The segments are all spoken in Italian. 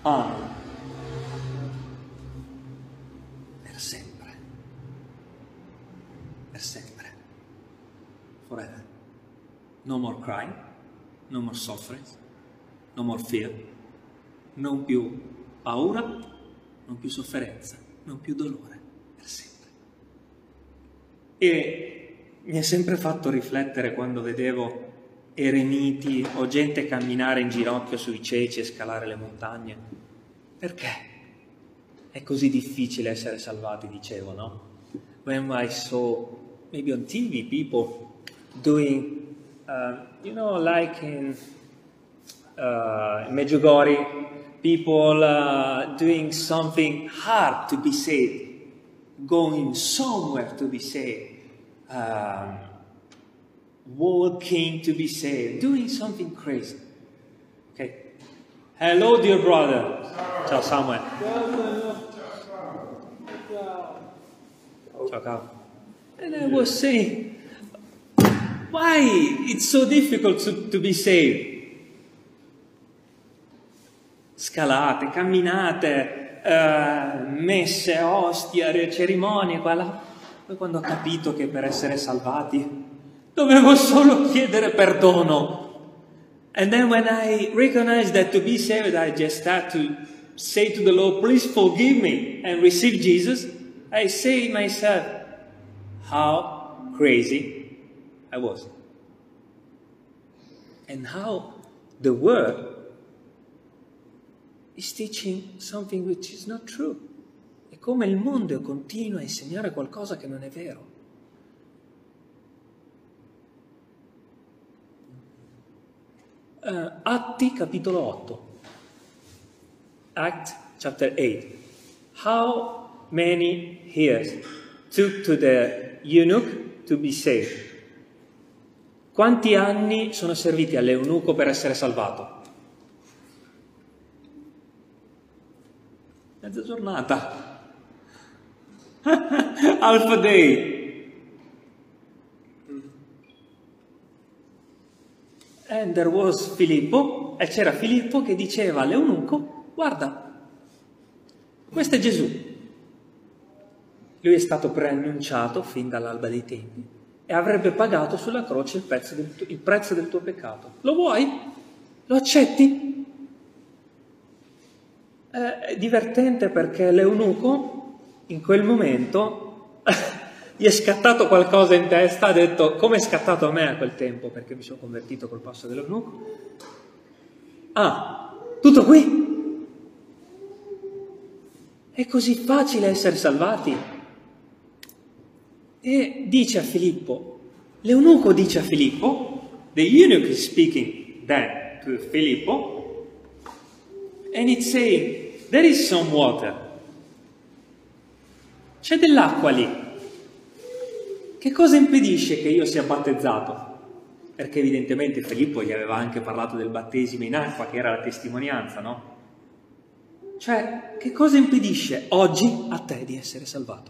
Amen. Per sempre. Per sempre. Forever. No more crying, no more suffering, no more fear, non più paura, non più sofferenza, non più dolore, per sempre. E mi ha sempre fatto riflettere quando vedevo eremiti o gente camminare in ginocchio sui ceci e scalare le montagne. Perché è così difficile essere salvati, dicevo, no? When I saw, maybe on TV, people doing, like in Medjugorje, people doing something hard to be saved, going somewhere to be saved, walking to be saved, doing something crazy. Okay. Hello, dear brother. Ciao, Samuel. Ciao, Carlo. And I was saying, why it's so difficult to be saved? Scalate, camminate, messe, ostie, cerimonie, qua là. Poi quando ho capito che per essere salvati dovevo solo chiedere perdono. And then when I recognized that to be saved, I just had to say to the Lord, please forgive me and receive Jesus. I say myself, how crazy I was. And how the Word is teaching something which is not true. E come il mondo continua a insegnare qualcosa che non è vero. Atti capitolo 8. Act chapter 8. How many years took to the eunuch to be saved? Quanti anni sono serviti all'eunuco per essere salvato? Mezza giornata. Half a day. And there was Filippo, e c'era Filippo che diceva all'eunuco, guarda, questo è Gesù. Lui è stato preannunciato fin dall'alba dei tempi e avrebbe pagato sulla croce il prezzo del tuo peccato. Lo vuoi? Lo accetti? È divertente perché l'eunuco in quel momento gli è scattato qualcosa in testa, ha detto, come è scattato a me a quel tempo, perché mi sono convertito col passo dell'eunuco. Ah, tutto qui? È così facile essere salvati? E dice a Filippo, l'eunuco dice a Filippo, the eunuch is speaking then to Filippo, and it's saying, there is some water. C'è dell'acqua lì. Che cosa impedisce che io sia battezzato? Perché evidentemente Filippo gli aveva anche parlato del battesimo in acqua, che era la testimonianza, no? Cioè, che cosa impedisce oggi a te di essere salvato?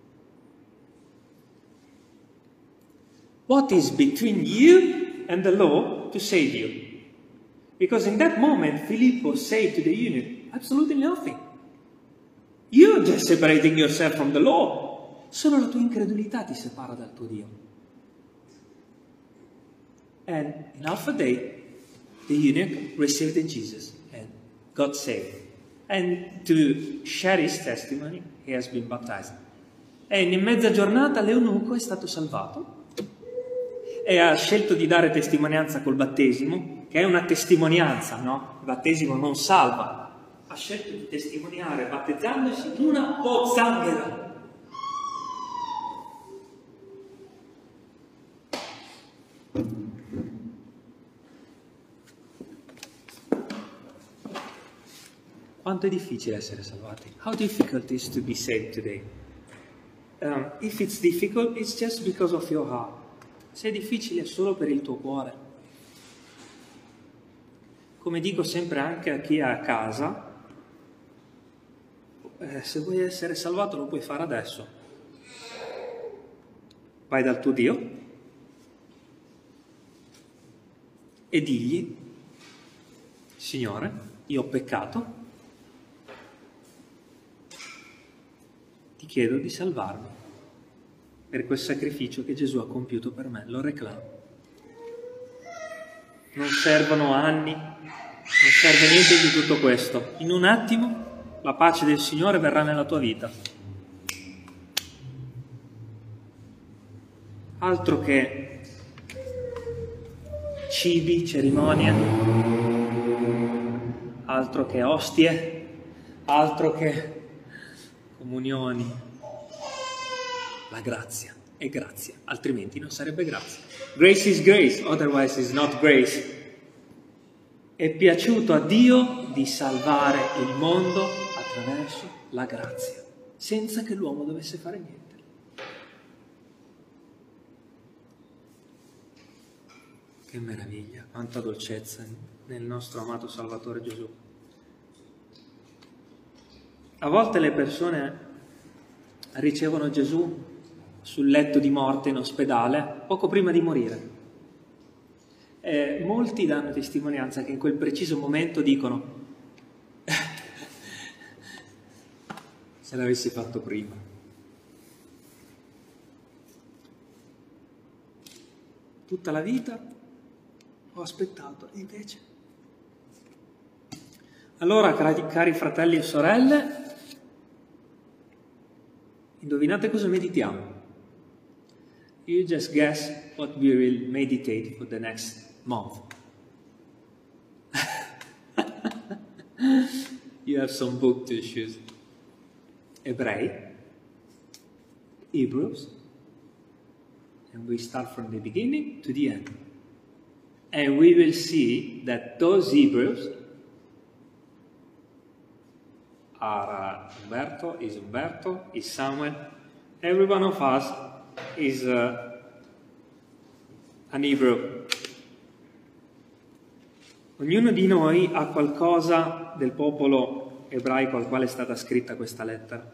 What is between you and the law to save you? Because in that moment, Filippo said to the eunuch, absolutely nothing. You're just separating yourself from the law. Solo la tua incredulità ti separa dal tuo Dio. And in half a day, the eunuch received Jesus and got saved. And to share his testimony, he has been baptized. E in mezza giornata l'eunuco è stato salvato e ha scelto di dare testimonianza col battesimo, che è una testimonianza, no? Il battesimo non salva. Ha scelto di testimoniare battezzandosi in una pozzanghera. Quanto è difficile essere salvati? How difficult is to be saved today? If it's difficult, it's just because of your heart. Se è difficile è solo per il tuo cuore. Come dico sempre anche a chi è a casa, se vuoi essere salvato lo puoi fare adesso. Vai dal tuo Dio e digli, Signore, io ho peccato, chiedo di salvarmi per quel sacrificio che Gesù ha compiuto per me, lo reclamo. Non servono anni, non serve niente di tutto questo. In un attimo la pace del Signore verrà nella tua vita. Altro che cibi, cerimonie, altro che ostie, altro che comunioni. La grazia è grazia, altrimenti non sarebbe grazia. Grace is grace, otherwise is not grace. È piaciuto a Dio di salvare il mondo attraverso la grazia, senza che l'uomo dovesse fare niente. Che meraviglia, quanta dolcezza nel nostro amato Salvatore Gesù. A volte le persone ricevono Gesù sul letto di morte in ospedale poco prima di morire. Molti danno testimonianza che in quel preciso momento dicono se l'avessi fatto prima. Tutta la vita ho aspettato, e invece. Allora, cari fratelli e sorelle, indovinate cosa meditiamo? You just guess what we will meditate for the next month. You have some book to choose. Ebrei, Hebrews, and we start from the beginning to the end. And we will see that those Hebrews are Umberto, is Samuel. Every one of us is an Hebrew. Ognuno di noi ha qualcosa del popolo ebraico al quale è stata scritta questa lettera.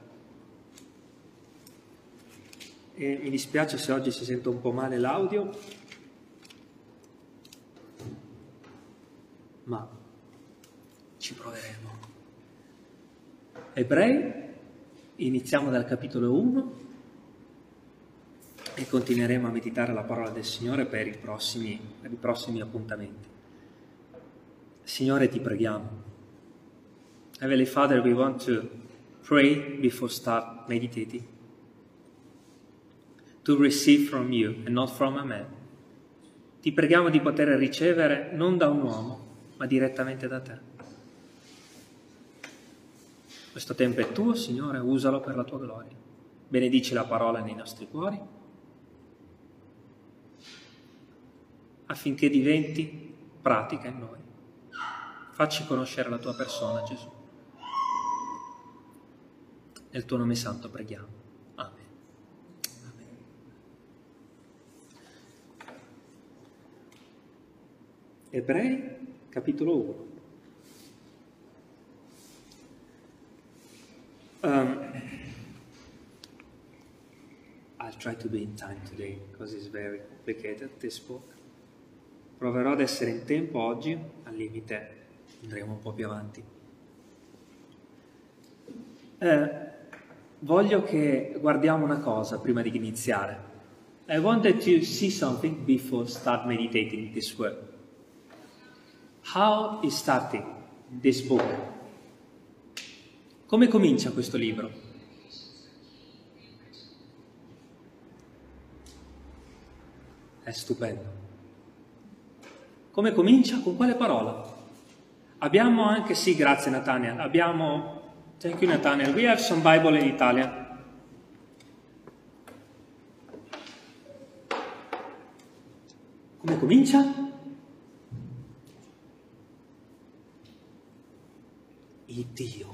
E mi dispiace se oggi si sente un po' male l'audio, ma ci proveremo. Ebrei, iniziamo dal capitolo 1 e continueremo a meditare la parola del Signore per i prossimi appuntamenti. Signore, ti preghiamo. Heavenly Father, we want to pray before start meditating, to receive from you and not from a man. Ti preghiamo di poter ricevere non da un uomo, ma direttamente da te. Questo tempo è tuo, Signore, usalo per la tua gloria. Benedici la parola nei nostri cuori, affinché diventi pratica in noi. Facci conoscere la tua persona, Gesù. Nel tuo nome santo preghiamo. Amen. Amen. Ebrei, capitolo 1. I'll try to be in time today because it's very complicated, this book. Proverò ad essere in tempo oggi, al limite andremo un po' più avanti. Voglio che guardiamo una cosa prima di iniziare. I wanted to see something before start meditating this word. How is starting this book? Come comincia questo libro? È stupendo. Come comincia? Con quale parola? Abbiamo anche, sì, grazie Nathaniel, thank you Nathaniel, we have some Bible in Italian. Come comincia? Iddio.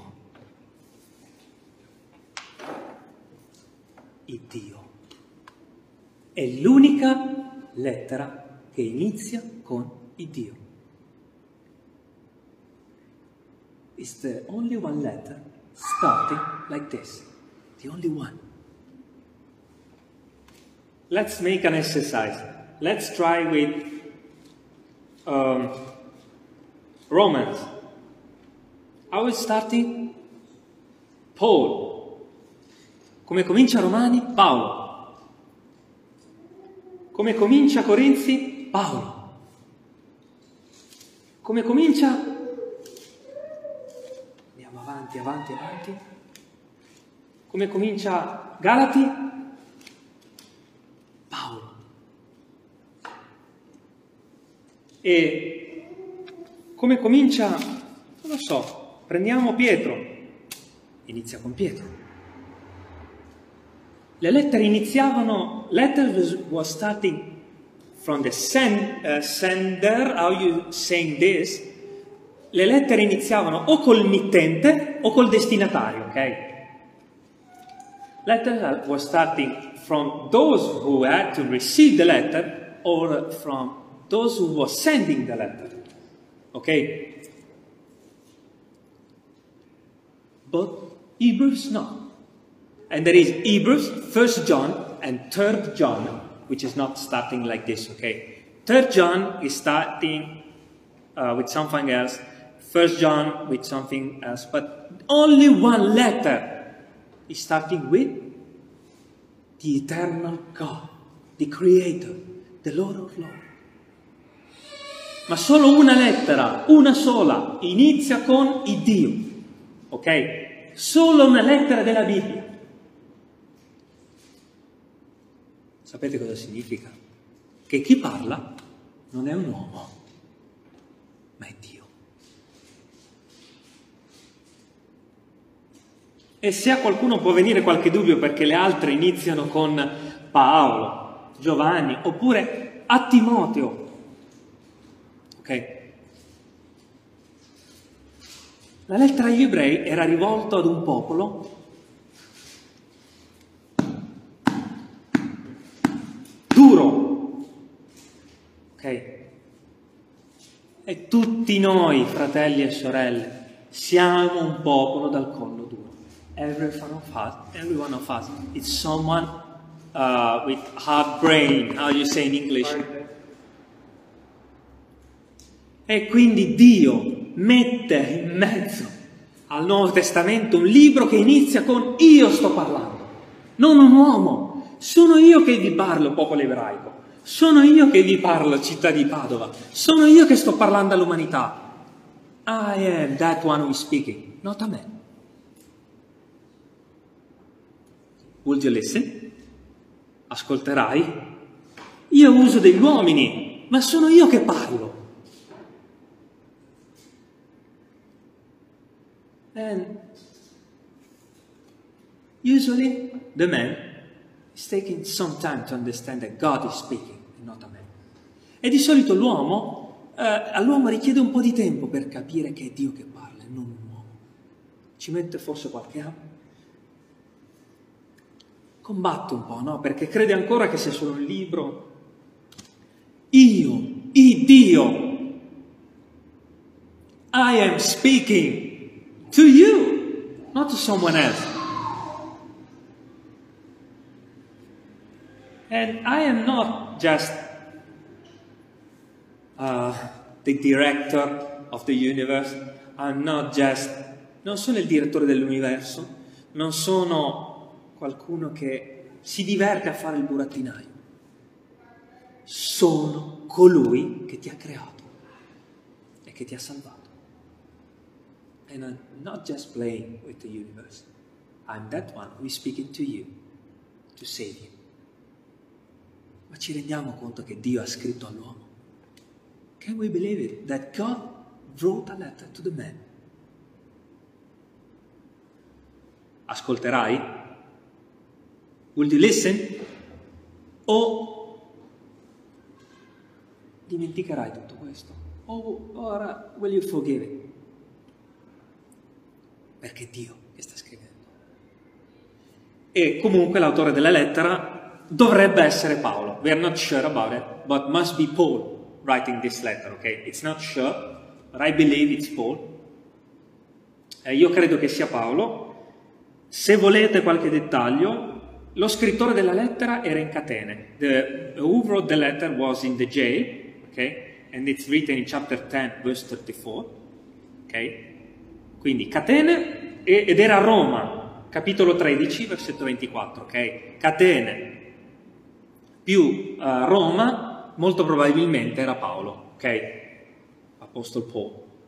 È l'unica lettera che inizia con Iddio. It's the only one letter starting like this. The only one. Let's make an exercise. Let's try with Romans. How is starting? Paul. Come comincia Romani? Paolo. Come comincia Corinzi? Paolo. Come comincia? Andiamo avanti, avanti, avanti. Come comincia Galati? Paolo. E come comincia? Non lo so, prendiamo Pietro. Inizia con Pietro. Le lettere iniziavano, letters was starting from the sender, how you saying this? Le lettere iniziavano o col mittente o col destinatario, ok? Letters was starting from those who had to receive the letter or from those who were sending the letter, ok? But Hebrews no. And there is Hebrews, 1 John, and 3 John, which is not starting like this, okay? 3 John is starting with something else, 1 John with something else, but only one letter is starting with the eternal God, the Creator, the Lord of Lords. Ma solo una lettera, una sola, inizia con il Dio, ok? Solo una lettera della Bibbia. Sapete cosa significa? Che chi parla non è un uomo, ma è Dio. E se a qualcuno può venire qualche dubbio perché le altre iniziano con Paolo, Giovanni, oppure a Timoteo, ok? La lettera agli ebrei era rivolta ad un popolo duro, ok? E tutti noi, fratelli e sorelle, siamo un popolo dal collo duro. Every one of us is someone with hard brain, how you say in English. E quindi Dio mette in mezzo al Nuovo Testamento un libro che inizia con io sto parlando, non un uomo. Sono io che vi parlo, popolo ebraico. Sono io che vi parlo, città di Padova. Sono io che sto parlando all'umanità. I am that one who is speaking, not a man. Would you listen? Ascolterai? Io uso degli uomini, ma sono io che parlo. And usually the man is taking some time to understand that God is speaking and not a man. E di solito l'uomo, all'uomo richiede un po' di tempo per capire che è Dio che parla e non un uomo. Ci mette forse qualche anno. Combatte un po', no? Perché crede ancora che sia solo un libro. Io, Dio, I am speaking to you, not to someone else. And I am not just the director of the universe. I'm not just, non sono il direttore dell'universo, non sono qualcuno che si diverte a fare il burattinaio. Sono colui che ti ha creato e che ti ha salvato. And I'm not just playing with the universe. I'm that one who is speaking to you to save you. Ma ci rendiamo conto che Dio ha scritto all'uomo? Can we believe it? That God wrote a letter to the man. Ascolterai? Will you listen? O dimenticherai tutto questo? Or will you forgive it? Perché è Dio che sta scrivendo. E comunque l'autore della lettera dovrebbe essere Paolo. We are not sure about it, but must be Paul writing this letter, okay? It's not sure, but I believe it's Paul. Io credo che sia Paolo. Se volete qualche dettaglio, lo scrittore della lettera era in catene. Who wrote the letter was in the jail, okay? And it's written in chapter 10, verse 34, okay? Quindi catene ed era a Roma. capitolo 13, versetto 24, ok? Catene più Roma, molto probabilmente era Paolo, ok? Apostolo Paul.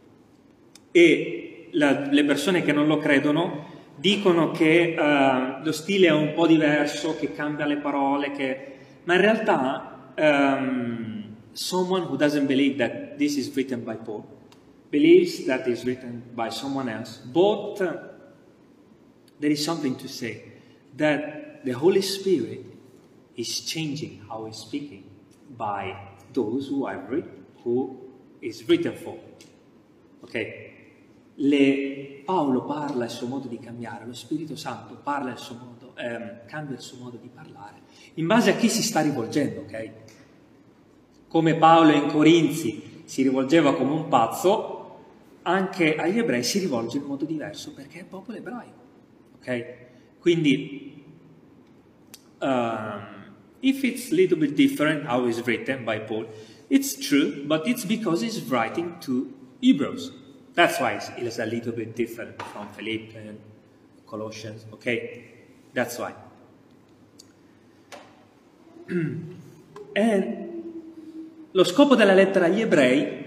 E le persone che non lo credono dicono che lo stile è un po' diverso, che cambia le parole, ma in realtà someone who doesn't believe that this is written by Paul believes that it's written by someone else. But there is something to say, that the Holy Spirit is changing how he's speaking by those who is written for. Ok? Paolo parla il suo modo di cambiare, lo Spirito Santo parla il suo modo, cambia il suo modo di parlare, in base a chi si sta rivolgendo, ok? Come Paolo in Corinzi si rivolgeva come un pazzo, anche agli ebrei si rivolge in modo diverso perché è il popolo ebraico, ok? Quindi, if it's a little bit different how it's written by Paul, it's true, but it's because he's writing to Hebrews. That's why it's a little bit different from Philippians, Colossians, okay? That's why. E lo scopo della lettera agli ebrei,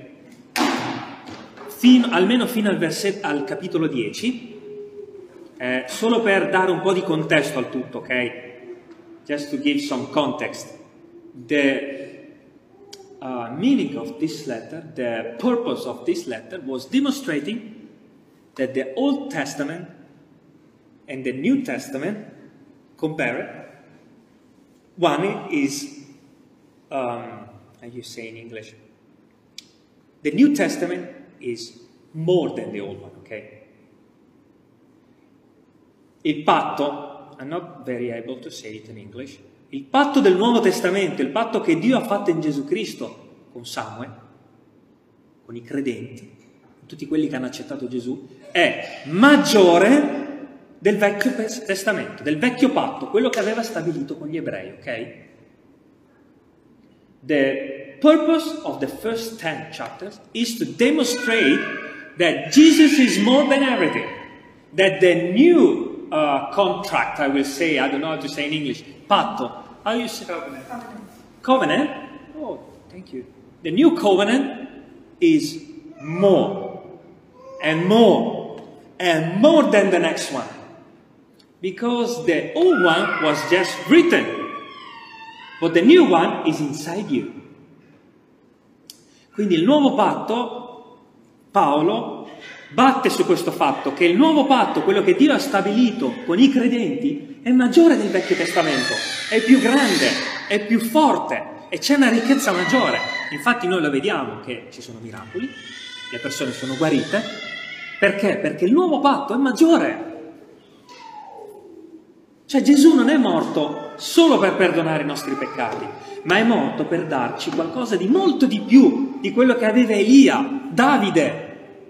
almeno fino al capitolo 10, solo per dare un po' di contesto al tutto, ok? Just to give some context. The meaning of this letter, the purpose of this letter was demonstrating that the Old Testament and the New Testament compared. One is, how you say in English? The New Testament is more than the old one, okay? Il patto, I'm not very able to say it in English, il patto del Nuovo Testamento, il patto che Dio ha fatto in Gesù Cristo con Samuel, con i credenti, tutti quelli che hanno accettato Gesù, è maggiore del Vecchio Testamento, del Vecchio Patto, quello che aveva stabilito con gli ebrei, ok? The purpose of the first 10 chapters is to demonstrate that Jesus is more than everything, that the new contract, I will say, I don't know how to say in English, patto, how you say? Covenant. Covenant? Oh, thank you. The new covenant is more and more and more than the next one. Because the old one was just written, but the new one is inside you. Quindi il nuovo patto, Paolo batte su questo fatto, che il nuovo patto, quello che Dio ha stabilito con i credenti, è maggiore del Vecchio Testamento, è più grande, è più forte e c'è una ricchezza maggiore. Infatti noi lo vediamo che ci sono miracoli, le persone sono guarite. Perché? Perché il nuovo patto è maggiore. Cioè Gesù non è morto solo per perdonare i nostri peccati, ma è morto per darci qualcosa di molto di più di quello che aveva Elia, Davide.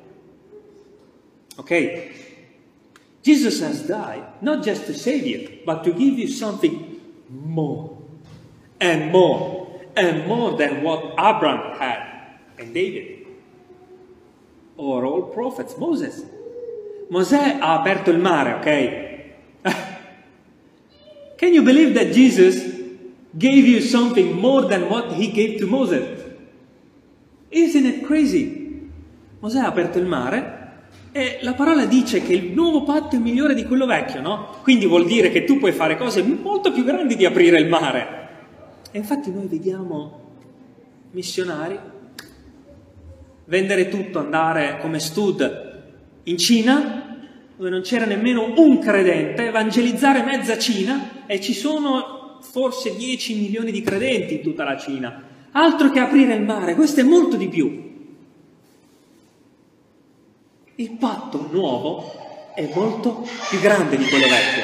Ok? Jesus has died not just to save you, but to give you something more and more and more than what Abraham had and David or all prophets. Mosè ha aperto il mare, ok? Can you believe that Jesus gave you something more than what he gave to Moses? Isn't it crazy? Mosè ha aperto il mare e la parola dice che il nuovo patto è migliore di quello vecchio, no? Quindi vuol dire che tu puoi fare cose molto più grandi di aprire il mare. E infatti noi vediamo missionari vendere tutto, andare come stud in Cina, dove non c'era nemmeno un credente, evangelizzare mezza Cina e ci sono forse 10 milioni di credenti in tutta la Cina. Altro che aprire il mare, questo è molto di più. Il patto nuovo è molto più grande di quello vecchio.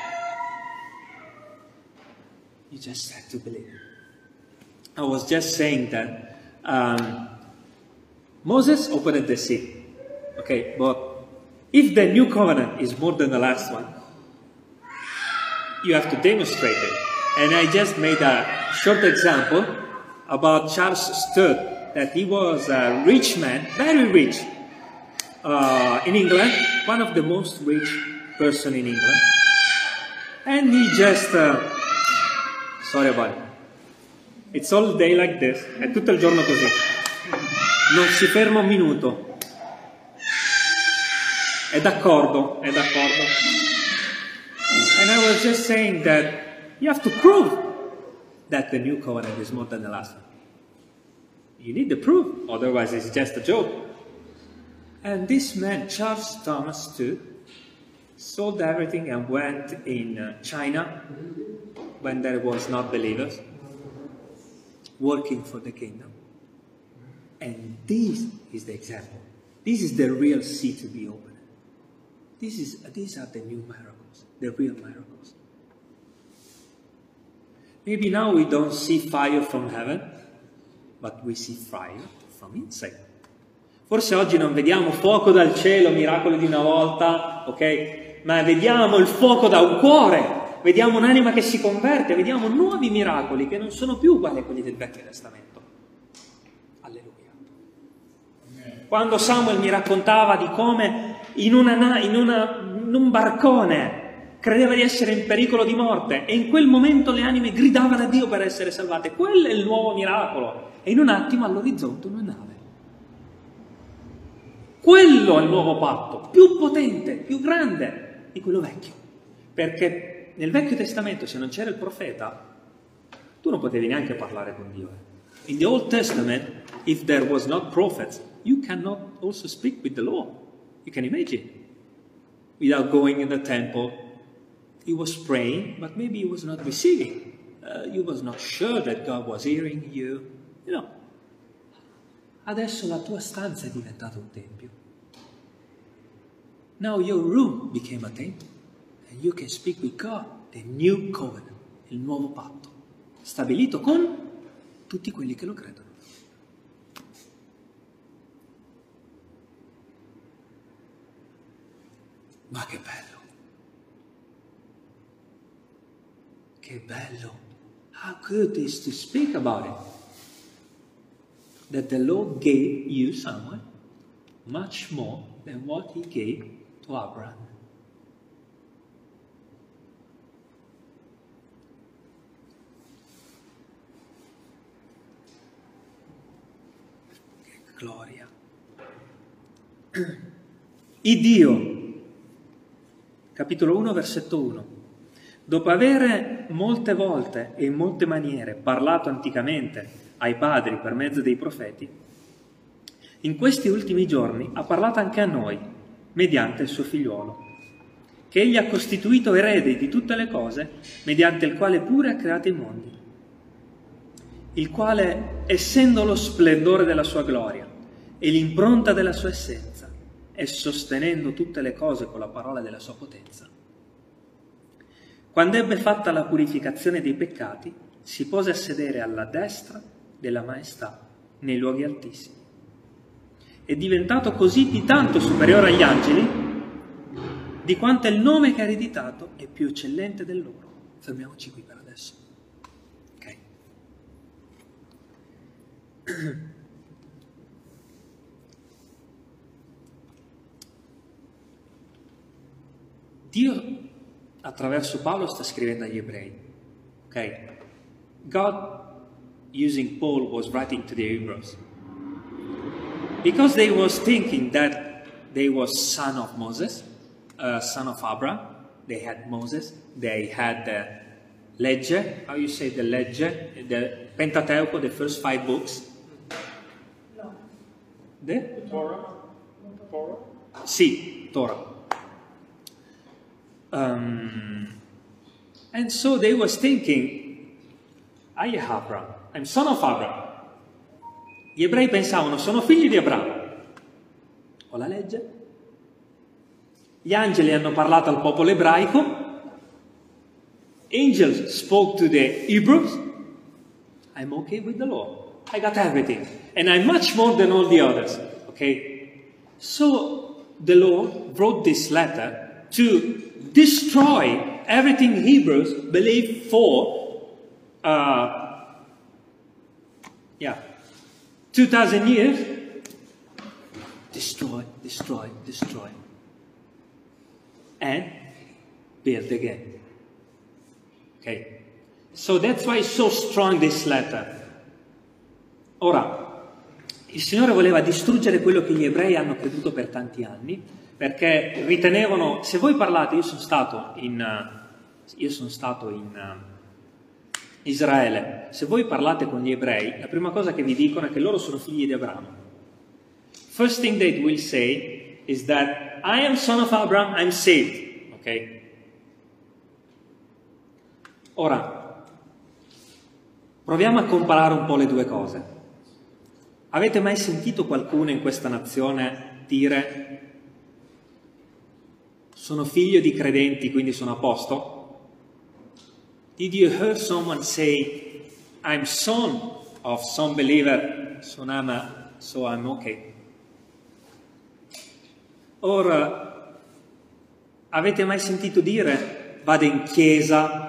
You just have to believe. I was just saying that Moses opened the sea. Okay, but if the new covenant is more than the last one, you have to demonstrate it. And I just made a short example about Charles Studd, that he was a rich man, very rich, in England, one of the most rich person in England, and he just, sorry about it, it's all day like this, è tutto il giorno così, non si ferma un minuto, è d'accordo, è d'accordo. And I was just saying that you have to prove that the new covenant is more than the last one. You need the proof, otherwise it's just a joke. And this man, Charles Thomas too, sold everything and went in China when there was not believers, working for the kingdom. And this is the example. This is the real sea to be opened. These are the new miracles, the real miracles. Maybe now we don't see fire from heaven, but we see fire from inside. Forse oggi non vediamo fuoco dal cielo, miracoli di una volta, ok? Ma vediamo il fuoco da un cuore, vediamo un'anima che si converte, vediamo nuovi miracoli che non sono più uguali a quelli del Vecchio Testamento. Alleluia. Quando Samuel mi raccontava di come in un barcone credeva di essere in pericolo di morte e in quel momento le anime gridavano a Dio per essere salvate, quello è il nuovo miracolo. E in un attimo all'orizzonte una nave. Quello è il nuovo patto, più potente, più grande di quello vecchio. Perché nel Vecchio Testamento, se non c'era il profeta, tu non potevi neanche parlare con Dio. In the Old Testament, if there was not prophets, you cannot also speak with the Lord. You can imagine. Without going in the temple, he was praying, but maybe he was not receiving. He was not sure that God was hearing you. You know. Adesso la tua stanza è diventata un tempio. Now your room became a temple. And you can speak with God, the new covenant, il nuovo patto, stabilito con tutti quelli che lo credono. Ma che bello! Che bello! How good is to speak about it? That the Lord gave you someone much more than what he gave to Abraham. Che gloria! Il Dio, capitolo 1, versetto 1. Dopo avere molte volte e in molte maniere parlato anticamente ai padri per mezzo dei profeti, in questi ultimi giorni ha parlato anche a noi, mediante il suo figliuolo, che egli ha costituito erede di tutte le cose, mediante il quale pure ha creato i mondi, il quale, essendo lo splendore della sua gloria e l'impronta della sua essenza, e sostenendo tutte le cose con la parola della sua potenza, quando ebbe fatta la purificazione dei peccati, si pose a sedere alla destra della maestà nei luoghi altissimi. È diventato così di tanto superiore agli angeli, di quanto il nome che ha ereditato è più eccellente del loro. Fermiamoci qui per adesso. Ok. Dio attraverso Paolo sta scrivendo agli ebrei. Ok? God, using Paul, was writing to the Hebrews. Because they was thinking that they was son of Moses, son of Abraham. They had Moses. They had the legge. How you say the legge? The Pentateuch, the first 5 books. No. The Torah. Torah. Sì, Torah. And so they was thinking, I am Abraham. I'm son of Abraham. Gli ebrei pensavano, sono figli di Abramo. Ho la legge. Gli angeli hanno parlato al popolo ebraico. Angels spoke to the Hebrews. I'm okay with the law. I got everything. And I'm much more than all the others. Okay? So the Lord wrote this letter to destroy everything Hebrews believed for 2,000 years. Destroy, destroy, destroy. And built again. Okay? So that's why it's so strong, this letter. Ora, il Signore voleva distruggere quello che gli ebrei hanno creduto per tanti anni, perché ritenevano, se voi parlate, io sono stato in Israele, se voi parlate con gli ebrei, la prima cosa che vi dicono è che loro sono figli di Abramo. First thing they will say is that I am son of Abraham, I'm saved. Ok? Ora, proviamo a comparare un po' le due cose. Avete mai sentito qualcuno in questa nazione dire sono figlio di credenti, quindi sono a posto? Did you hear someone say I'm son of some believer, so I'm okay? Ora, avete mai sentito dire vado in chiesa,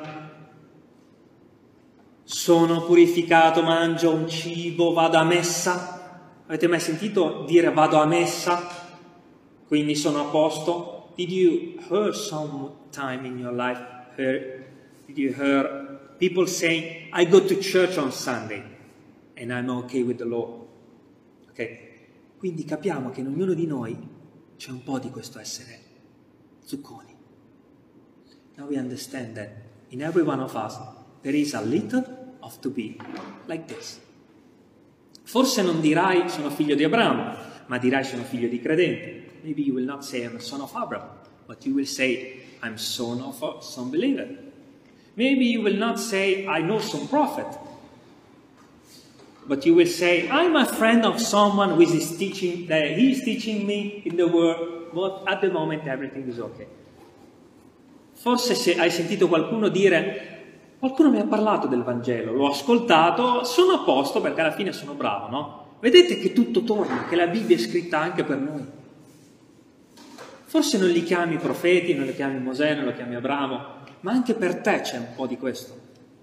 sono purificato, mangio un cibo, vado a messa? Avete mai sentito dire vado a messa, quindi sono a posto? Did you hear some time in your life, did you hear people saying I go to church on Sunday and I'm okay with the Lord? Ok? Quindi capiamo che in ognuno di noi c'è un po' di questo essere zucconi. Now we understand that in every one of us there is a little of to be like this. Forse non dirai sono figlio di Abramo, ma dirai sono figlio di credente. Maybe you will not say I'm a son of Abraham, but you will say I'm son of some believer. Maybe you will not say I know some prophet, but you will say I'm a friend of someone who is teaching, that he is teaching me in the word, but at the moment everything is okay. Forse se hai sentito qualcuno dire qualcuno mi ha parlato del Vangelo, l'ho ascoltato, sono a posto perché alla fine sono bravo, no? Vedete che tutto torna, che la Bibbia è scritta anche per noi. Forse non li chiami profeti, non li chiami Mosè, non li chiami Abramo, ma anche per te c'è un po' di questo.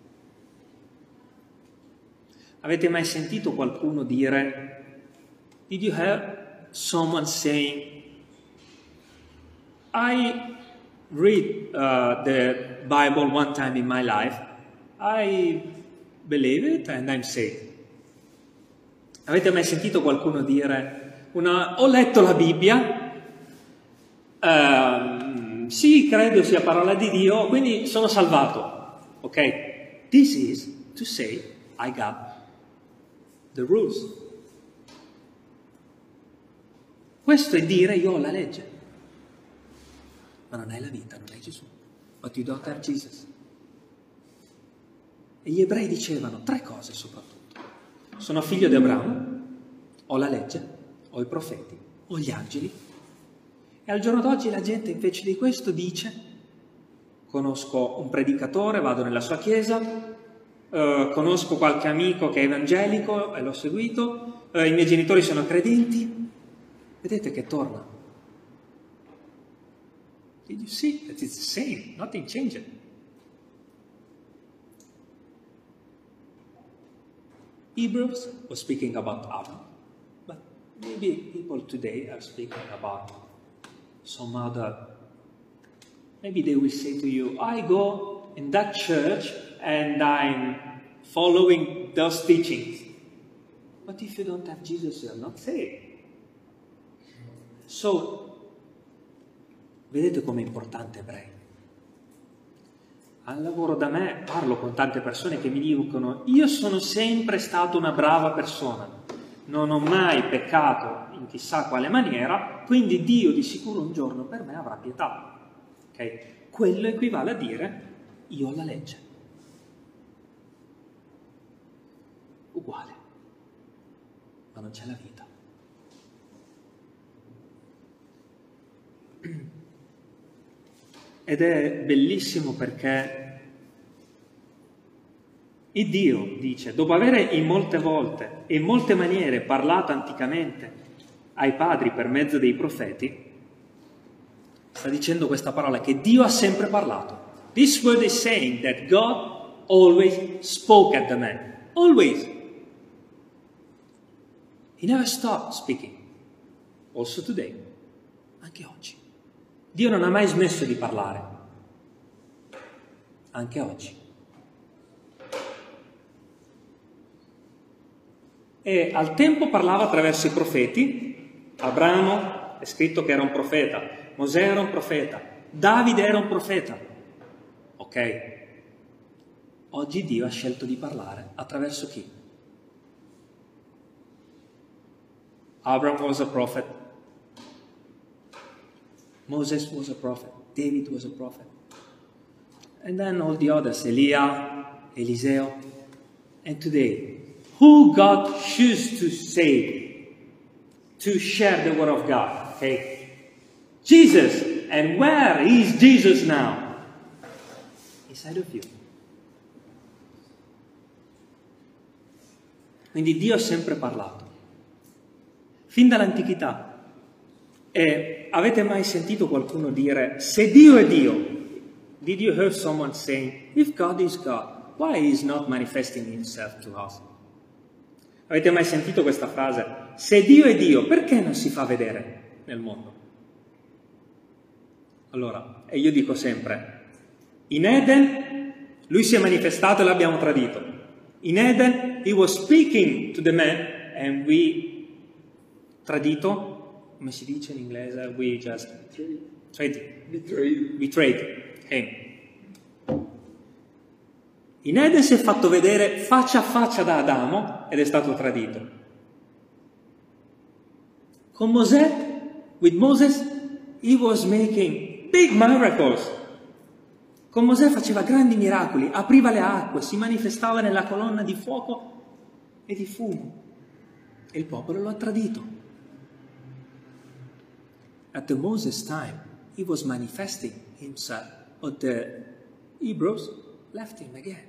Avete mai sentito qualcuno dire, did you hear someone saying, I read the Bible one time in my life, I believe it and I'm saved. Avete mai sentito qualcuno dire, ho letto la Bibbia, sì, credo sia parola di Dio, quindi sono salvato. Ok? This is to say, I got the rules. Questo è dire, io ho la legge. Ma non hai la vita, non hai Gesù. But you don't have Jesus. E gli ebrei dicevano tre cose soprattutto. Sono figlio di Abramo, ho la legge, ho i profeti, ho gli angeli. E al giorno d'oggi la gente invece di questo dice, conosco un predicatore, vado nella sua chiesa, conosco qualche amico che è evangelico e l'ho seguito, i miei genitori sono credenti. Vedete che torna. Did you see that it's the same? Nothing changed. Hebrews was speaking about Abraham, but maybe people today are speaking about some other. Maybe they will say to you, I go in that church and I'm following those teachings. But if you don't have Jesus, you are not saved. So, vedete com'è importante ebrei? Al lavoro da me parlo con tante persone che mi dicono io sono sempre stato una brava persona, non ho mai peccato in chissà quale maniera, quindi Dio di sicuro un giorno per me avrà pietà. Okay? Quello equivale a dire io ho la legge. Uguale, ma non c'è la vita. Ed è bellissimo perché il Dio dice, dopo avere in molte volte e in molte maniere parlato anticamente ai padri per mezzo dei profeti, sta dicendo questa parola che Dio ha sempre parlato. This word is saying that God always spoke at the man. Always. He never stopped speaking. Also today. Anche oggi. Dio non ha mai smesso di parlare. anche oggi. E al tempo parlava attraverso i profeti. Abramo è scritto che era un profeta, Mosè era un profeta, Davide era un profeta. Ok? Oggi Dio ha scelto di parlare attraverso chi? Abraham was a prophet. Moses was a prophet. David was a prophet. And then all the others, Elia, Eliseo. And today, who God chooses to save, to share the word of God? Okay? Jesus. And where is Jesus now? Inside of you. Quindi Dio ha sempre parlato. Fin dall'antichità. E avete mai sentito qualcuno dire, se Dio è Dio? Did you hear someone saying, if God is God, why is not manifesting himself to us? Avete mai sentito questa frase? Se Dio è Dio, perché non si fa vedere nel mondo? Allora, e io dico sempre, in Eden lui si è manifestato e l'abbiamo tradito. In Eden he was speaking to the man and we tradito, come si dice in inglese? We just betrayed him. In Eden si è fatto vedere faccia a faccia da Adamo ed è stato tradito. Con Mosè, with Moses, he was making big miracles. Con Mosè faceva grandi miracoli, apriva le acque, si manifestava nella colonna di fuoco e di fumo. E il popolo lo ha tradito. At the Moses time, he was manifesting himself, but the Hebrews left him again.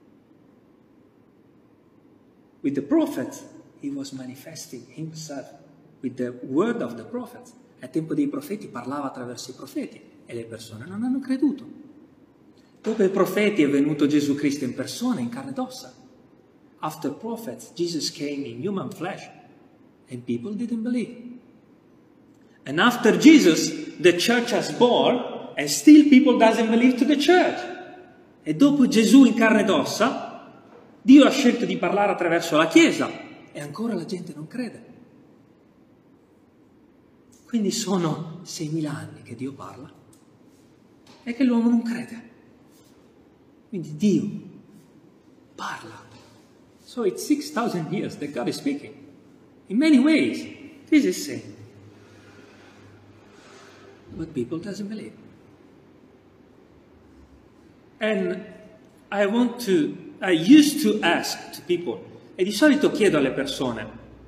With the prophets, he was manifesting himself with the word of the prophets. Al tempo dei profeti parlava attraverso i profeti e le persone non hanno creduto. Dopo i profeti è venuto Gesù Cristo in persona, in carne ed ossa. After prophets, Jesus came in human flesh and people didn't believe. And after Jesus, the church has born, and still people doesn't believe to the church. E dopo Gesù in carne ed ossa, Dio ha scelto di parlare attraverso la Chiesa, e ancora la gente non crede. Quindi sono 6.000 anni che Dio parla, e che l'uomo non crede. Quindi Dio parla. So it's 6,000 years that God is speaking. In many ways, this is saying. But people doesn't believe. And I used to ask to people, e di solito chiedo alle persone,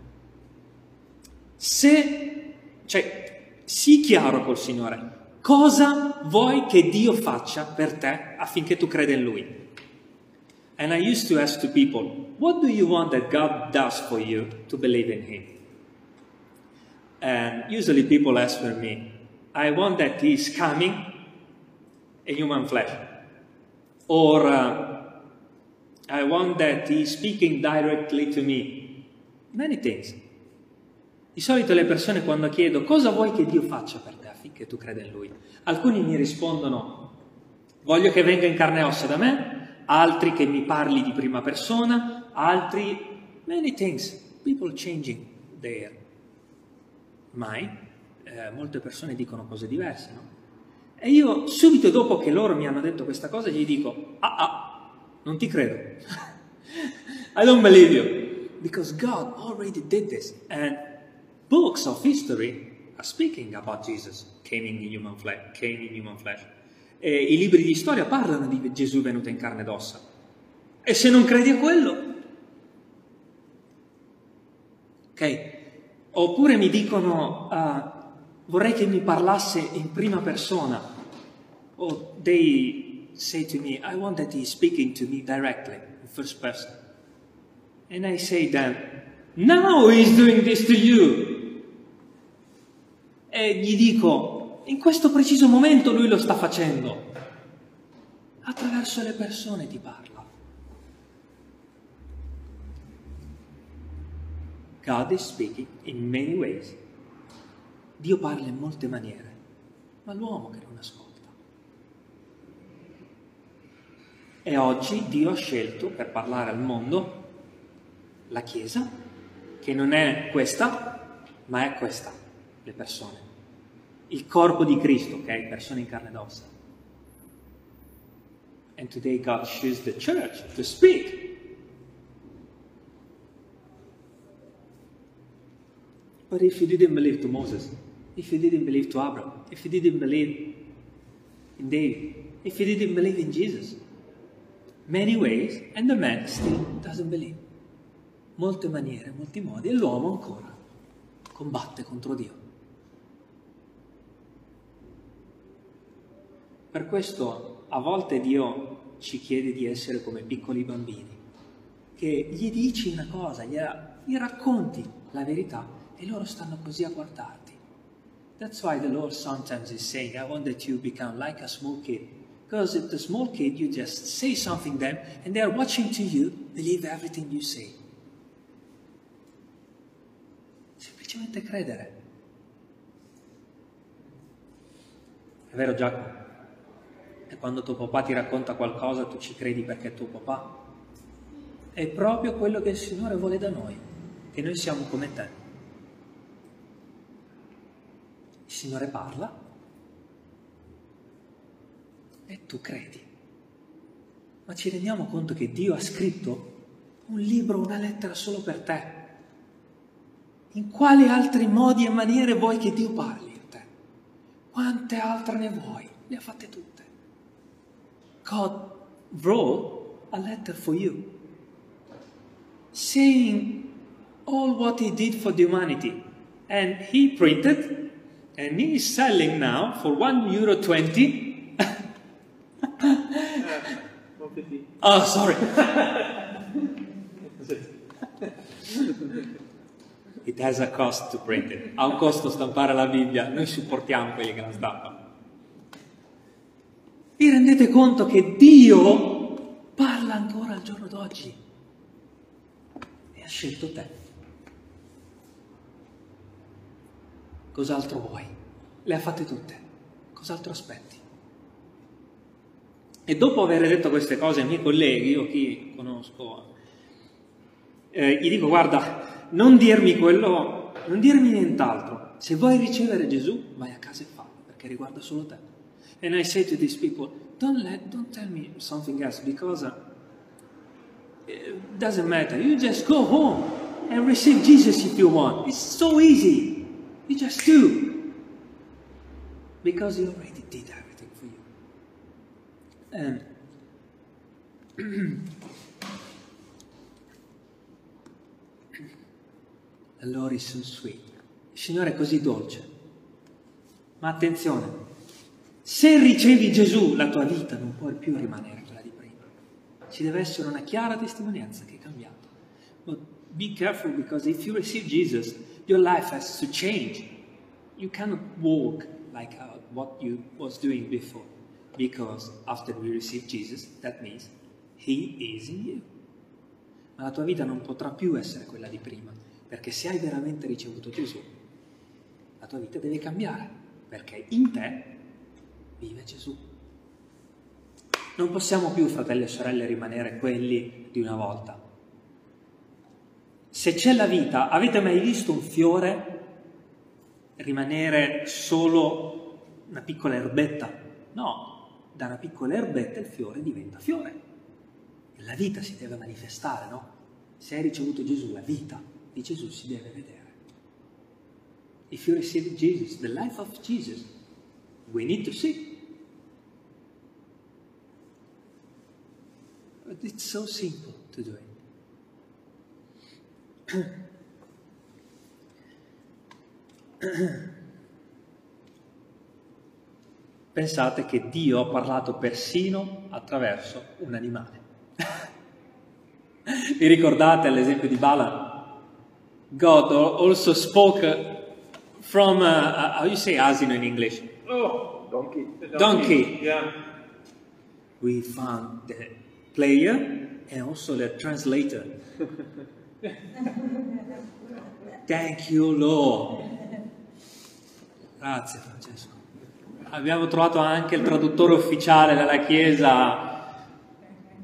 sii chiaro col Signore, cosa vuoi che Dio faccia per te affinché tu creda in Lui? And I used to ask to people, what do you want that God does for you to believe in Him? And usually people answer me, I want that He is coming in human flesh. Or I want that He is speaking directly to me. Many things. Di solito le persone quando chiedo cosa vuoi che Dio faccia per te affinché tu creda in Lui, alcuni mi rispondono voglio che venga in carne e ossa da me, altri che mi parli di prima persona, altri many things, people changing their mind. Molte persone dicono cose diverse, no? E io subito dopo che loro mi hanno detto questa cosa gli dico non ti credo. I don't believe you because God already did this and books of history are speaking about Jesus came in human flesh. E i libri di storia parlano di Gesù venuto in carne ed ossa. E se non credi a quello, ok? Oppure mi dicono vorrei che mi parlasse in prima persona. Or they say to me, I want that He is speaking to me directly, in first person. And I say then, now He is doing this to you. E gli dico, in questo preciso momento Lui lo sta facendo. Attraverso le persone ti parla. God is speaking in many ways. Dio parla in molte maniere, ma l'uomo che non ascolta. E oggi Dio ha scelto per parlare al mondo la Chiesa, che non è questa, ma è questa, le persone. Il corpo di Cristo, ok? Persone in carne ed ossa. And today God chooses the church to speak. But if you didn't believe to Moses, if you didn't believe to Abraham, if you didn't believe in David, if you didn't believe in Jesus, many ways, and the man still doesn't believe. Molte maniere, molti modi, e l'uomo ancora combatte contro Dio. Per questo a volte Dio ci chiede di essere come piccoli bambini, che gli dici una cosa, gli racconti la verità e loro stanno così a guardarti. That's why the Lord sometimes is saying, I want that you become like a small kid. Because if the small kid, you just say something to them and they are watching to you, believe everything you say. Semplicemente credere. È vero, Giacomo? E quando tuo papà ti racconta qualcosa, tu ci credi perché è tuo papà? È proprio quello che il Signore vuole da noi, che noi siamo come te. Il Signore parla e tu credi. Ma ci rendiamo conto che Dio ha scritto un libro, una lettera solo per te. In quali altri modi e maniere vuoi che Dio parli a te? Quante altre ne vuoi? Le ha fatte tutte. God wrote a letter for you, saying all what He did for the humanity. And He printed, and He is selling now for €1.20. Oh, sorry. It has a cost to print it. Ha un costo stampare la Bibbia, noi supportiamo quelli che la stampano. Vi rendete conto che Dio parla ancora al giorno d'oggi e ha scelto te? Cos'altro vuoi? Le ha fatte tutte. Cos'altro aspetti? E dopo aver detto queste cose ai miei colleghi, io chi conosco, gli dico, guarda, non dirmi quello, non dirmi nient'altro. Se vuoi ricevere Gesù, vai a casa e fallo, perché riguarda solo te. And I say to these people, don't tell me something else, because it doesn't matter. You just go home and receive Jesus if you want. It's so easy. You just do. Because He already did everything for you. And the Lord is so sweet. Il Signore è così dolce. Ma attenzione, se ricevi Gesù, la tua vita non può più rimanere quella di prima. Ci deve essere una chiara testimonianza che è cambiato. But be careful, because if you receive Jesus, your life has to change. You cannot walk like what you was doing before. Because after we receive Jesus, that means He is in you. Ma la tua vita non potrà più essere quella di prima, perché se hai veramente ricevuto Gesù, la tua vita deve cambiare, perché in te vive Gesù. Non possiamo più, fratelli e sorelle, rimanere quelli di una volta. Se c'è la vita, avete mai visto un fiore rimanere solo una piccola erbetta? No. Da una piccola erbetta il fiore diventa fiore. E la vita si deve manifestare, no? Se hai ricevuto Gesù, la vita di Gesù si deve vedere. If you receive Jesus, the life of Jesus, we need to see. But it's so simple to do it. Pensate che Dio ha parlato persino attraverso un animale. Vi ricordate l'esempio di Balaam? God also spoke from, how you say asino in English? Oh, donkey. Donkey. Yeah. We found the player and also the translator. Thank you, Lord. Grazie, Francesco. Abbiamo trovato anche il traduttore ufficiale della Chiesa.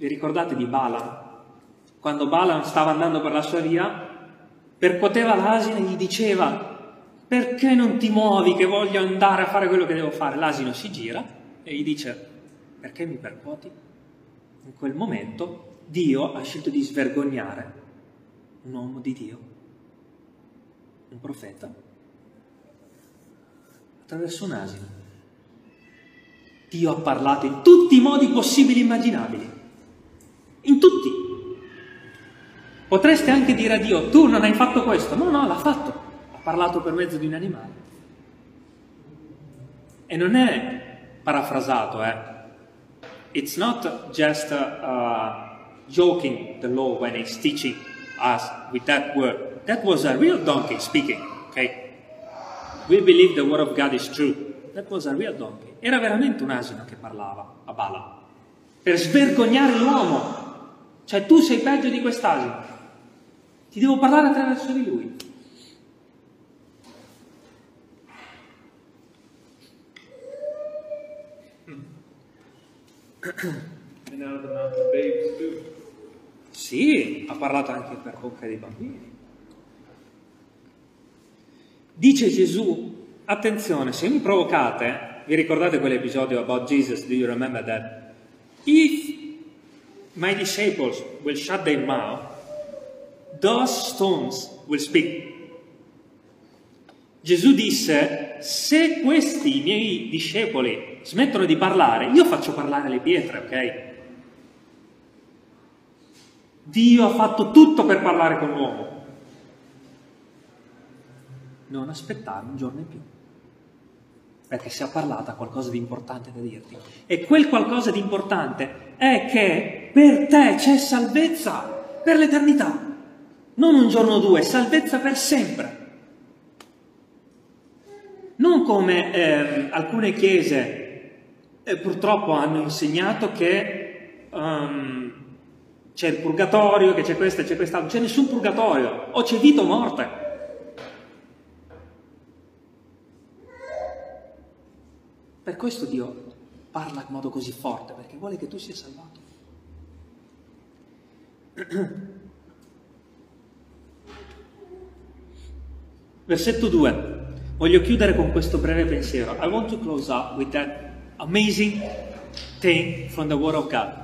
Vi ricordate di Balaam? Quando Balaam stava andando per la sua via, percuoteva l'asino e gli diceva: perché non ti muovi che voglio andare a fare quello che devo fare? L'asino si gira e gli dice: perché mi percuoti? In quel momento Dio ha scelto di svergognare un uomo di Dio, un profeta, attraverso un asino. Dio ha parlato in tutti i modi possibili e immaginabili, in tutti. Potreste anche dire a Dio: tu non hai fatto questo. No, l'ha fatto. Ha parlato per mezzo di un animale. E non è parafrasato, It's not just joking the law when he's teaching us with that word. That was a real donkey speaking, okay? We believe the word of God is true. That was a real donkey. Era veramente un asino che parlava a Balaam, per svergognare l'uomo. Cioè, tu sei peggio di quest'asino. Ti devo parlare attraverso di lui. And out of the mouth of babes too. Sì, ha parlato anche per bocca dei bambini. Dice Gesù: attenzione, se mi provocate, vi ricordate quell'episodio about Jesus? Do you remember that? If my disciples will shut their mouth, those stones will speak. Gesù disse: se questi miei discepoli smettono di parlare, io faccio parlare le pietre, ok? Dio ha fatto tutto per parlare con l'uomo. Non aspettare un giorno in più, perché si è parlata qualcosa di importante da dirti. E quel qualcosa di importante è che per te c'è salvezza per l'eternità. Non un giorno o due, salvezza per sempre. Non come alcune chiese purtroppo hanno insegnato che c'è il purgatorio, che c'è questo e c'è quest'altro. Non c'è nessun purgatorio, o c'è vita o morte. Per questo Dio parla in modo così forte, perché vuole che tu sia salvato. Versetto 2. Voglio chiudere con questo breve pensiero. I want to close up with that amazing thing from the Word of God.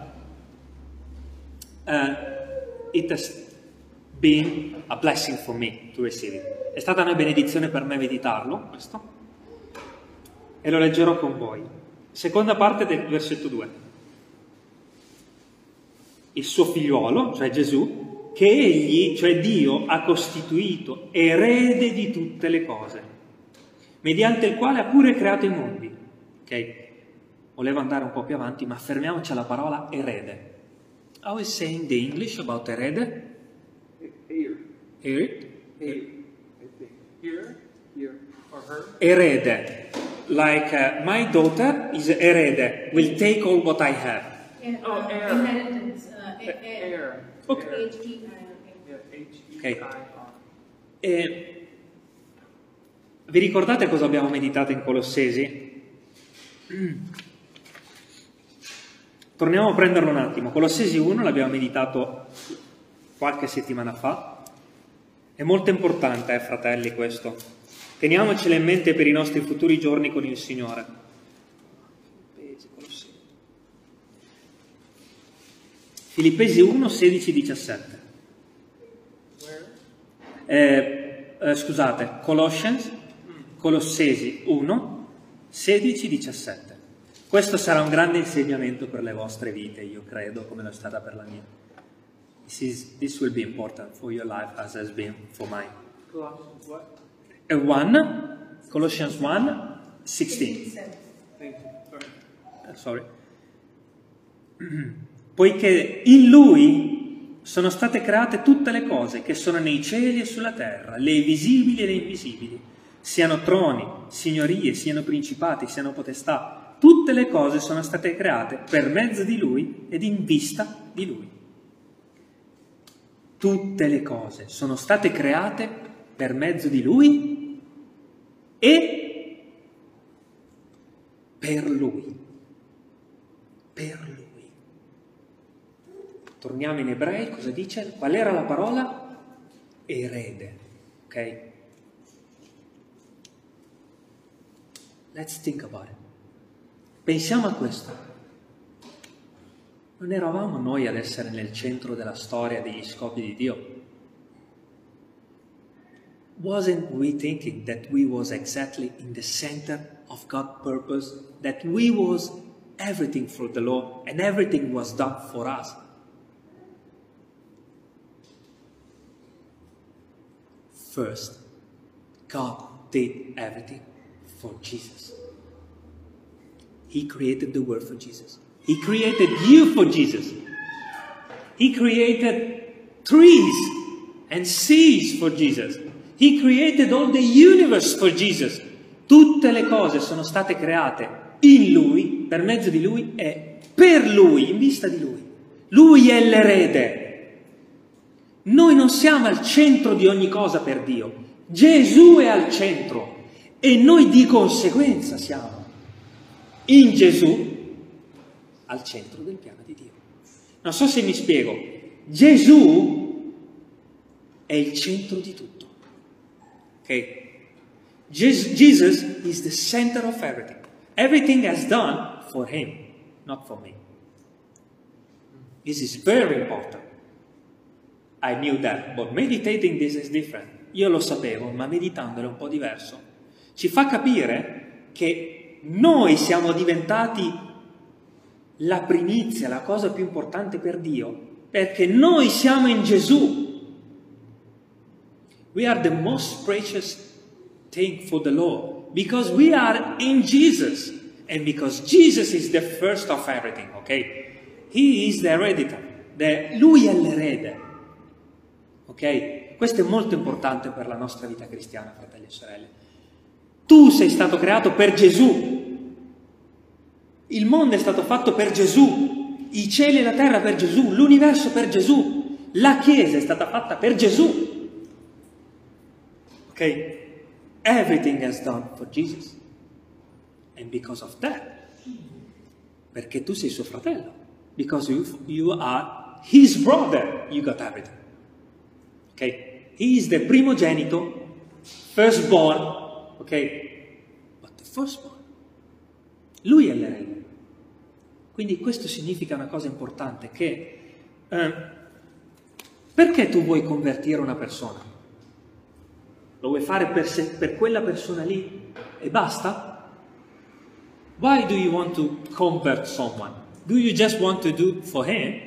It has been a blessing for me to receive it. È stata una benedizione per me meditarlo, questo, e lo leggerò con voi. Seconda parte del versetto 2. Il suo figliuolo, cioè Gesù, che egli, cioè Dio, ha costituito erede di tutte le cose, mediante il quale ha pure creato i mondi. Ok? Volevo andare un po' più avanti, ma fermiamoci alla parola erede. How is saying the English about erede? Heir. Heir? I think. Here, or her. Erede. Like my daughter is erede, will take all what I have. Oh, heir. Inheritance. Heir. Ok. Yeah, H-E-I-R. E vi ricordate cosa abbiamo meditato in Colossesi? Torniamo a prenderlo un attimo. Colossesi 1 l'abbiamo meditato qualche settimana fa. È molto importante, fratelli, questo. Teniamocelo in mente per i nostri futuri giorni con il Signore. Filippesi 1, 16, 17. Scusate, Colossesi 1, 16, 17. Questo sarà un grande insegnamento per le vostre vite, io credo, come lo è stata per la mia. This will be important for your life as has been for mine. Colossians what? 1, Colossians 1, 16. Thank you. Sorry. Poiché in Lui sono state create tutte le cose che sono nei cieli e sulla terra, le visibili e le invisibili, siano troni, signorie, siano principati, siano potestà. Tutte le cose sono state create per mezzo di Lui ed in vista di Lui. Tutte le cose sono state create per mezzo di Lui e per Lui. Per Lui. Torniamo in Ebrei, cosa dice? Qual era la parola? Erede, ok? Let's think about it. Pensiamo a questo. Non eravamo noi ad essere nel centro della storia, degli scopi di Dio? Wasn't we thinking that we was exactly in the center of God's purpose, that we was everything for the Lord and everything was done for us? First, God did everything for Jesus. He created the world for Jesus. He created you for Jesus. He created trees and seas for Jesus. He created all the universe for Jesus. Tutte le cose sono state create in Lui, per mezzo di Lui e per Lui, in vista di Lui. Lui è l'erede. Noi non siamo al centro di ogni cosa per Dio. Gesù è al centro e noi di conseguenza siamo in Gesù al centro del piano di Dio. Non so se mi spiego. Gesù è il centro di tutto. Ok? Jesus is the center of everything. Everything is done for Him, not for me. This is very important. I knew that, but meditating this is different. Io lo sapevo, ma meditandolo è un po' diverso. Ci fa capire che noi siamo diventati la primizia, la cosa più importante per Dio, perché noi siamo in Gesù. We are the most precious thing for the Lord, because we are in Jesus, and because Jesus is the first of everything, ok? He is the hereditary, Lui è l'erede. Ok? Questo è molto importante per la nostra vita cristiana, fratelli e sorelle. Tu sei stato creato per Gesù. Il mondo è stato fatto per Gesù. I cieli e la terra per Gesù. L'universo per Gesù. La Chiesa è stata fatta per Gesù. Ok? Everything is done for Jesus. And because of that, perché tu sei suo fratello. Because you are his brother, you got everything. Okay? He is the primogenito, firstborn, okay? But the firstborn. Lui è l'erede. Quindi questo significa una cosa importante, che perché tu vuoi convertire una persona? Lo vuoi fare per quella persona lì e basta? Why do you want to convert someone? Do you just want to do for him?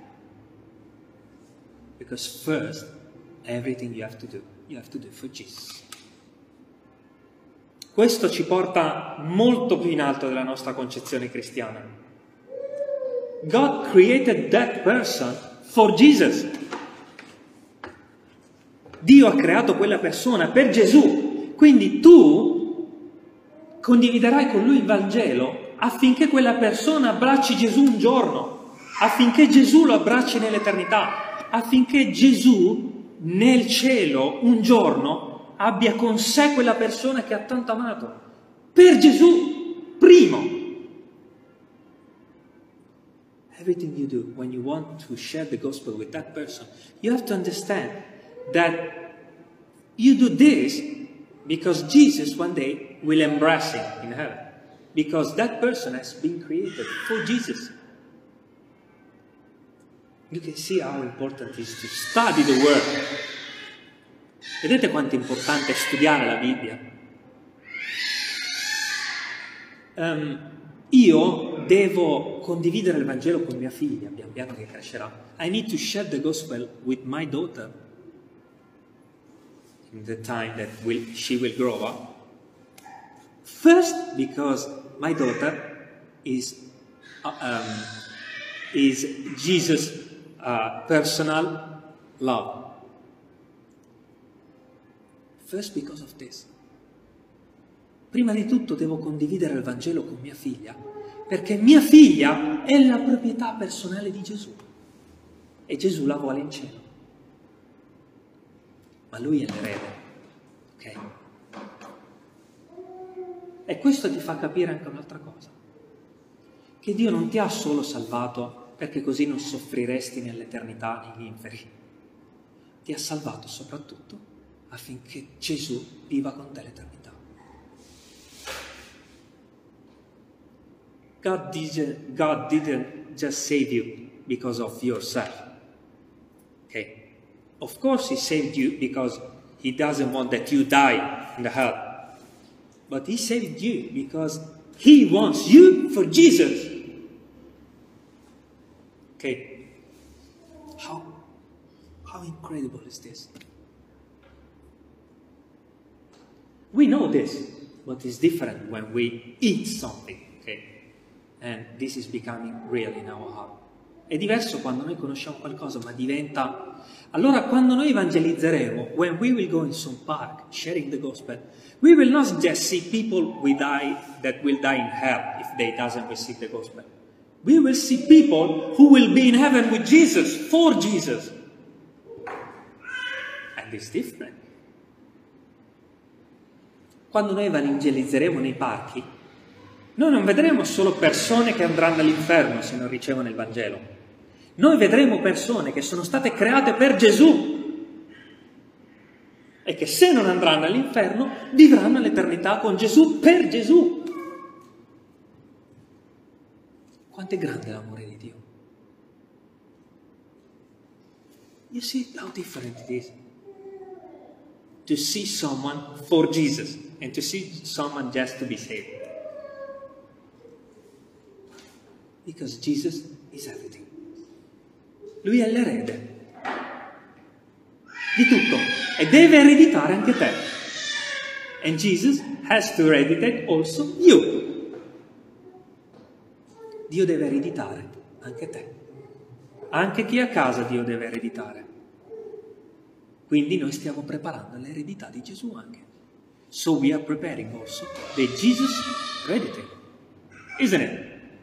Because first, everything you have to do for Jesus. Questo ci porta molto più in alto della nostra concezione cristiana. God created that person for Jesus. Dio ha creato quella persona per Gesù. Quindi tu condividerai con lui il Vangelo affinché quella persona abbracci Gesù un giorno, affinché Gesù lo abbracci nell'eternità, affinché Gesù nel cielo un giorno abbia con sé quella persona che ha tanto amato. Per Gesù, primo. Everything you do when you want to share the gospel with that person, you have to understand that you do this because Jesus one day will embrace him in heaven. Because that person has been created for Jesus. You can see how important it is to study the Word. Vedete quanto è importante studiare la Bibbia? Io devo condividere il Vangelo con mia figlia, pian piano che crescerà. I need to share the gospel with my daughter in the time that she will grow up. First, because my daughter is Jesus' personal love. First because of this. Prima di tutto devo condividere il Vangelo con mia figlia, perché mia figlia è la proprietà personale di Gesù e Gesù la vuole in cielo. Ma lui è l'erede, ok? E questo ti fa capire anche un'altra cosa, che Dio non ti ha solo salvato perché così non soffriresti nell'eternità negli inferi. Ti ha salvato soprattutto affinché Gesù viva con te l'eternità. God didn't just save you because of yourself. Okay? Of course he saved you because he doesn't want that you die in the hell. But he saved you because he wants you for Jesus. Okay? How incredible is this? We know this, but it's different when we eat something, okay? And this is becoming real in our heart. È diverso quando noi conosciamo qualcosa, ma diventa... Allora, quando noi evangelizzeremo, when we will go in some park, sharing the gospel, we will not just see people that will die in hell if they doesn't receive the gospel. We will see people who will be in heaven with Jesus, for Jesus. And it's different. Quando noi evangelizzeremo nei parchi, noi non vedremo solo persone che andranno all'inferno se non ricevono il Vangelo. Noi vedremo persone che sono state create per Gesù e che se non andranno all'inferno vivranno l'eternità con Gesù per Gesù. Quanto è grande l'amore di Dio. You see how different it is to see someone for Jesus and to see someone just to be saved. Because Jesus is everything. Lui è l'erede di tutto e deve ereditare anche te. And Jesus has to hereditate also you. Dio deve ereditare anche te. Anche chi è a casa Dio deve ereditare. Quindi noi stiamo preparando l'eredità di Gesù anche. So we are preparing also the Jesus heredity. Isn't it?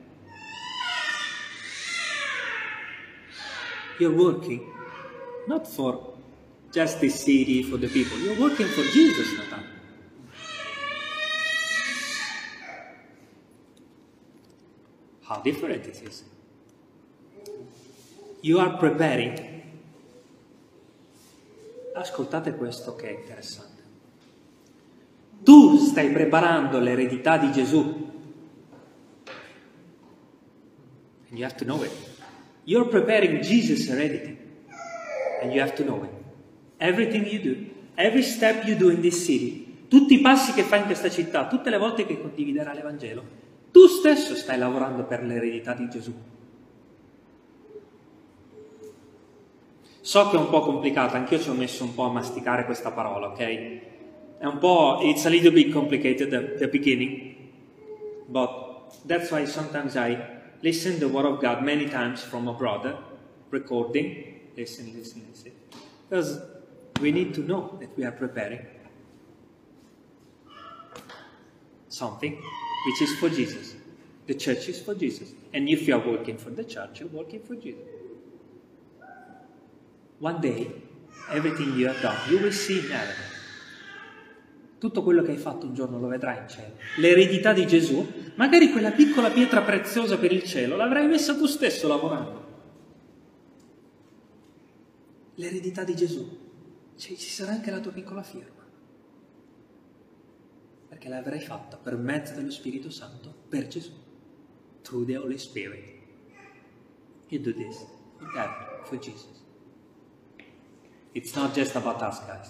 You're working not for just this city, for the people. You're working for Jesus, Nathan. How different it is. You are preparing. Ascoltate questo che è interessante. Tu stai preparando l'eredità di Gesù. And you have to know it. You're preparing Jesus' heredity. And you have to know it. Everything you do, every step you do in this city, tutti i passi che fai in questa città, tutte le volte che condividerai l'Evangelo, tu stesso stai lavorando per l'eredità di Gesù. So che è un po' complicato, anch'io ci ho messo un po' a masticare questa parola, ok? È un po', it's a little bit complicated at the beginning, but that's why sometimes I listen the Word of God many times from abroad, recording, listen, because we need to know that we are preparing something which is for Jesus. The church is for Jesus. And if you are working for the church, you're working for Jesus. One day, everything you have done, you will see in heaven. Tutto quello che hai fatto un giorno lo vedrai in cielo. L'eredità di Gesù, magari quella piccola pietra preziosa per il cielo, l'avrai messa tu stesso lavorando. L'eredità di Gesù, ci sarà anche la tua piccola firma. Perché l'avrai fatta per mezzo dello Spirito Santo, per Gesù. Through the Holy Spirit. You do this for God, for Jesus. It's not just about us, guys.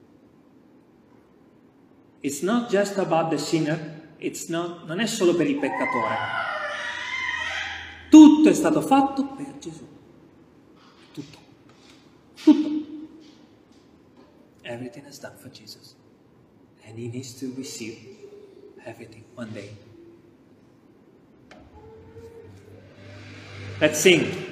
It's not just about the sinner, non è solo per il peccatore. Tutto è stato fatto per Gesù. Tutto. Tutto. Everything is done for Jesus. And he needs to receive everything one day. Let's sing.